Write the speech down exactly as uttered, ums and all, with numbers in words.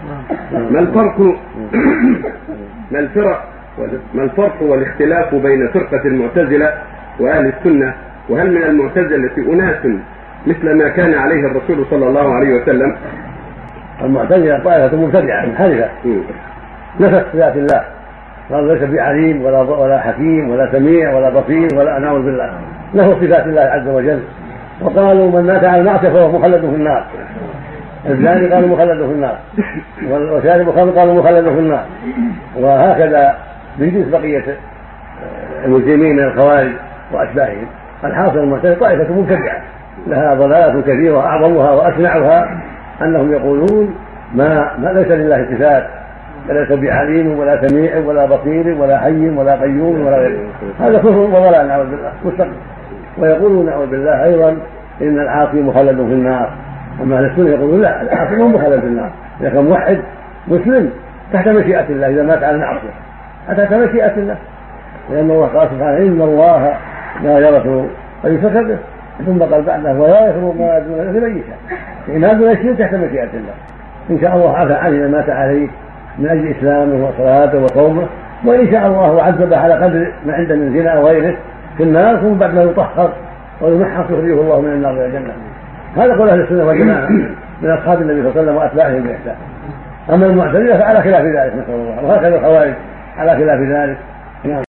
ما الفرق ما الفرق ما الفرق والاختلاف بين فرقة المعتزلة وأهل السنة؟ وهل من المعتزلة أناس مثل ما كان عليه الرسول صلى الله عليه وسلم؟ المعتزلة طائفة مبتدعة منحرفة، نفت ذات الله، قالوا ليس بعليم ولا ولا حكيم ولا سميع ولا بصير ولا نعوذ بالله، نفوا صفات الله عز وجل، وقالوا من مات على المعصية فهو مخلد في النار، الزاني قالوا مخلد في النار، والشارب الخمر قالوا مخلد في النار، وهكذا من جنس بقية المسلمين من الخوارج وأشباههم. الحاصل المعتزلة طائفة مبتدعة لها ضلالات كثيرة، أعظمها وأشنعها أنهم يقولون ما, ما ليس لله صفات، ليس بعليم ولا سميع ولا بصير ولا حي ولا قيوم ولا غيره، هذا كفر وضلال نعوذ بالله مستقيم. ويقولون نعوذ بالله أيضا إن العاصي مخلد في النار، أما أهل السنة يقولون لا، العاصي مو مخلد في النار، لكن موحد مسلم تحت مشيئة الله إذا مات على المعصية تحت مشيئة الله، لأن الله قال سبحانه إن الله لا يغفر أن يشرك به ثم قال بعده ولا يغفر ما دون ذلك لمن يشاء، إن دون الشرك تحت مشيئة الله، إن شاء الله عفى عنه إذا مات عليه من أجل إسلامه وصلاته وصومه، وإن شاء الله عذبه على قدر ما عنده من زنا أو غيره في النار، ثم بعد ما يطهر ويمحص يخرجه الله من النار إلى الجنة. هذا قول أهل السنة والجماعة من أصحاب النبي صلى الله عليه وسلم وأتباعهم بإحسان. أما المعتزلة فعلى خلاف ذلك نسأل الله، وهكذا الخوارج على خلاف ذلك،